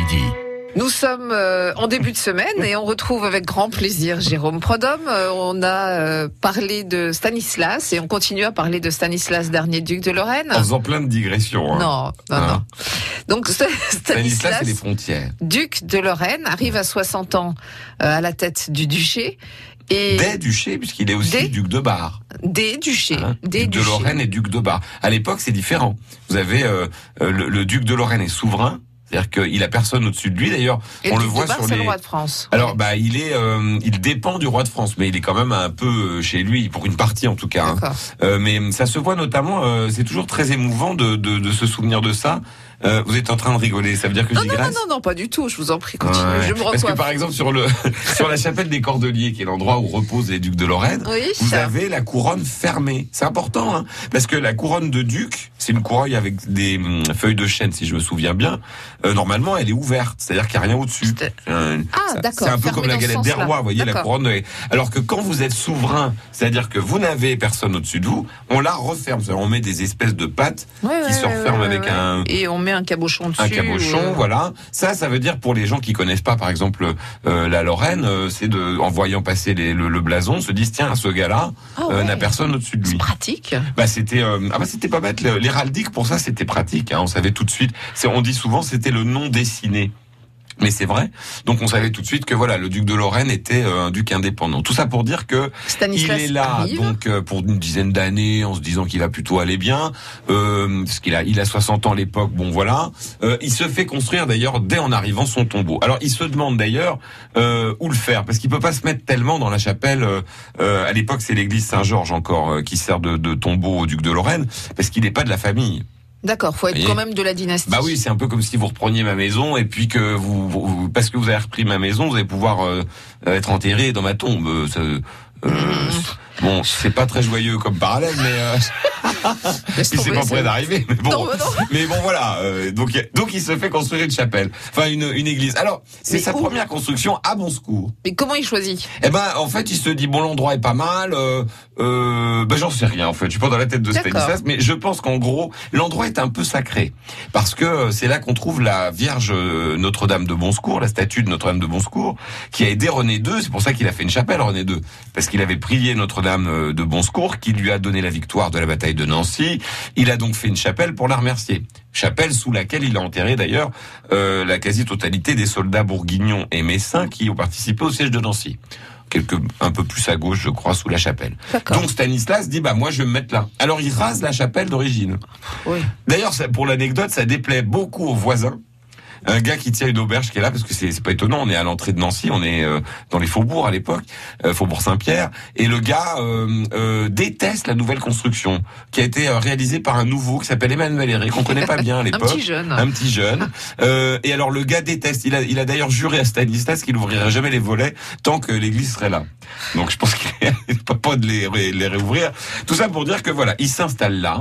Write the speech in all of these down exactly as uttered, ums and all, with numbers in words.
midi. Nous sommes euh, en début de semaine et on retrouve avec grand plaisir Jérôme Prodhomme. Euh, on a euh, parlé de Stanislas et on continue à parler de Stanislas, dernier duc de Lorraine. En faisant plein de digressions. Hein. Non, non, hein non. Donc Stanislas, Stanislas et les frontières. duc de Lorraine, arrive à soixante ans euh, à la tête du duché. Et des duchés, puisqu'il est aussi des, duc de Bar. Des duchés. Hein, des duc duchés. de Lorraine et duc de Bar. À l'époque, c'est différent. Vous avez euh, le, le duc de Lorraine est souverain. C'est-à-dire qu'il a personne au-dessus de lui. D'ailleurs, et on le le voit de Bar, sur c'est les. Le roi de France. Alors, ouais. bah, il est, euh, il dépend du roi de France, mais il est quand même un peu chez lui pour une partie en tout cas. Hein. Euh, mais ça se voit notamment. Euh, c'est toujours très émouvant de, de, de se souvenir de ça. Euh, vous êtes en train de rigoler, ça veut dire que non, je non, digresse ? non, non, non, pas du tout. Je vous en prie, continuez. Ouais. Je me Parce que recoiffe. par exemple sur le sur la chapelle des Cordeliers, qui est l'endroit où reposent les ducs de Lorraine, oui, vous ça. avez la couronne fermée. C'est important, hein, parce que la couronne de duc, c'est une couronne avec des hum, feuilles de chêne, si je me souviens bien. Euh, normalement, elle est ouverte, c'est-à-dire qu'il n'y a rien au-dessus. Euh, ah, ça, d'accord. C'est un peu comme la galette des rois, vous voyez, d'accord. la couronne. Est... Alors que quand vous êtes souverain, c'est-à-dire que vous n'avez personne au-dessus de vous, on la referme. On met des espèces de pattes ouais, qui ouais, se referment ouais, avec ouais. un... Et on met un cabochon dessus. Un cabochon, ou... voilà. Ça, ça veut dire pour les gens qui connaissent pas, par exemple, euh, la Lorraine, euh, c'est de, en voyant passer les, le, le blason, se disent tiens, ce gars-là oh, euh, ouais. n'a personne au-dessus de lui. C'est pratique. Bah c'était, euh, ah bah c'était pas bête. L'héraldique pour ça, c'était pratique. Hein, on savait tout de suite. C'est, on dit souvent, c'était le nom dessiné. Mais c'est vrai. Donc on savait tout de suite que voilà, le duc de Lorraine était euh, un duc indépendant. Tout ça pour dire que Stanislas il est là arrive. donc euh, pour une dizaine d'années, en se disant qu'il va plutôt aller bien. Euh, parce qu'il a, il a soixante ans à l'époque. Bon voilà. Euh, il se fait construire d'ailleurs dès en arrivant son tombeau. Alors il se demande d'ailleurs euh, où le faire parce qu'il peut pas se mettre tellement dans la chapelle. Euh, euh, à l'époque c'est l'église Saint-Georges encore euh, qui sert de, de tombeau au duc de Lorraine parce qu'il n'est pas de la famille. D'accord, faut être quand même de la dynastie. Bah oui, c'est un peu comme si vous repreniez ma maison et puis que vous, vous parce que vous avez repris ma maison, vous allez pouvoir euh, être enterré dans ma tombe. Euh, ça, euh, mmh. Bon, c'est pas très joyeux comme parallèle, mais euh, c'est pas près d'arriver. Mais bon, non, non. mais bon voilà. Euh, donc, donc il se fait construire une chapelle, enfin une, une église. Alors c'est mais sa où? première construction à Bon Secours. Mais comment il choisit? Eh ben en fait il se dit bon l'endroit est pas mal. Euh, euh, ben j'en sais rien en fait. Je suis pas dans la tête de Stanislas, mais je pense qu'en gros l'endroit est un peu sacré parce que c'est là qu'on trouve la Vierge Notre-Dame de Bon Secours, la statue de Notre-Dame de Bon Secours, qui a aidé René deux. C'est pour ça qu'il a fait une chapelle René deux, parce qu'il avait prié Notre-Dame de Bon Secours, qui lui a donné la victoire de la bataille de Nancy. Il a donc fait une chapelle pour la remercier. Chapelle sous laquelle il a enterré d'ailleurs euh, la quasi-totalité des soldats bourguignons et messins qui ont participé au siège de Nancy. Quelque, un peu plus à gauche, je crois, sous la chapelle. Donc Stanislas dit, bah moi je vais me mettre là. Alors il rase la chapelle d'origine. Oui. D'ailleurs, ça, pour l'anecdote, ça déplaît beaucoup aux voisins. Un gars qui tient une auberge qui est là, parce que c'est, c'est pas étonnant, on est à l'entrée de Nancy, on est euh, dans les faubourgs à l'époque, euh, Faubourg Saint-Pierre, et le gars euh, euh, déteste la nouvelle construction, qui a été euh, réalisée par un nouveau qui s'appelle Emmanuel Héré, qu'on connaît pas bien à l'époque. Un petit jeune. Un petit jeune. Euh, et alors le gars déteste, il a, il a d'ailleurs juré à Stanislas qu'il n'ouvrirait jamais les volets tant que l'église serait là. Donc je pense qu'il n'est pas pas de les, ré, les réouvrir. Tout ça pour dire que voilà, il s'installe là.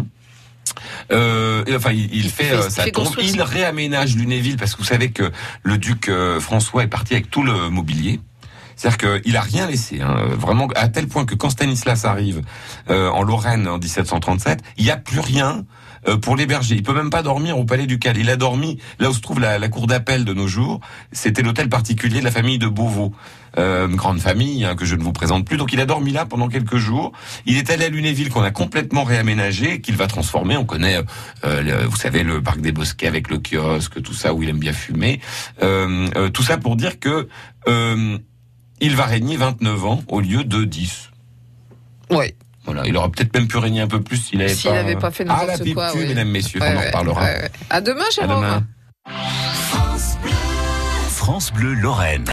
Euh, enfin, il, il, il fait, fait euh, sa tombe. Il réaménage Lunéville parce que vous savez que le duc euh, François est parti avec tout le mobilier. C'est-à-dire qu'il a rien laissé, hein, vraiment à tel point que quand Stanislas arrive euh, en Lorraine en dix-sept cent trente-sept, il n'y a plus rien euh, pour l'héberger. Il peut même pas dormir au Palais Ducal. Il a dormi là où se trouve la, la cour d'appel de nos jours. C'était l'hôtel particulier de la famille de Beauvau. Euh, une grande famille hein, que je ne vous présente plus. Donc il a dormi là pendant quelques jours. Il est allé à Lunéville qu'on a complètement réaménagé, qu'il va transformer. On connaît, euh, le, vous savez, le parc des Bosquets avec le kiosque, tout ça où il aime bien fumer. Euh, euh, tout ça pour dire que euh, il va régner vingt-neuf ans au lieu de dix. Oui. Voilà, il aurait peut-être même pu régner un peu plus s'il avait s'il pas... n'avait pas fait n'importe ah, la quoi. Oui. Mesdames, messieurs, ouais, on ouais, en reparlera. Ouais, ouais. À demain, Jérôme. À demain. France Bleu Lorraine.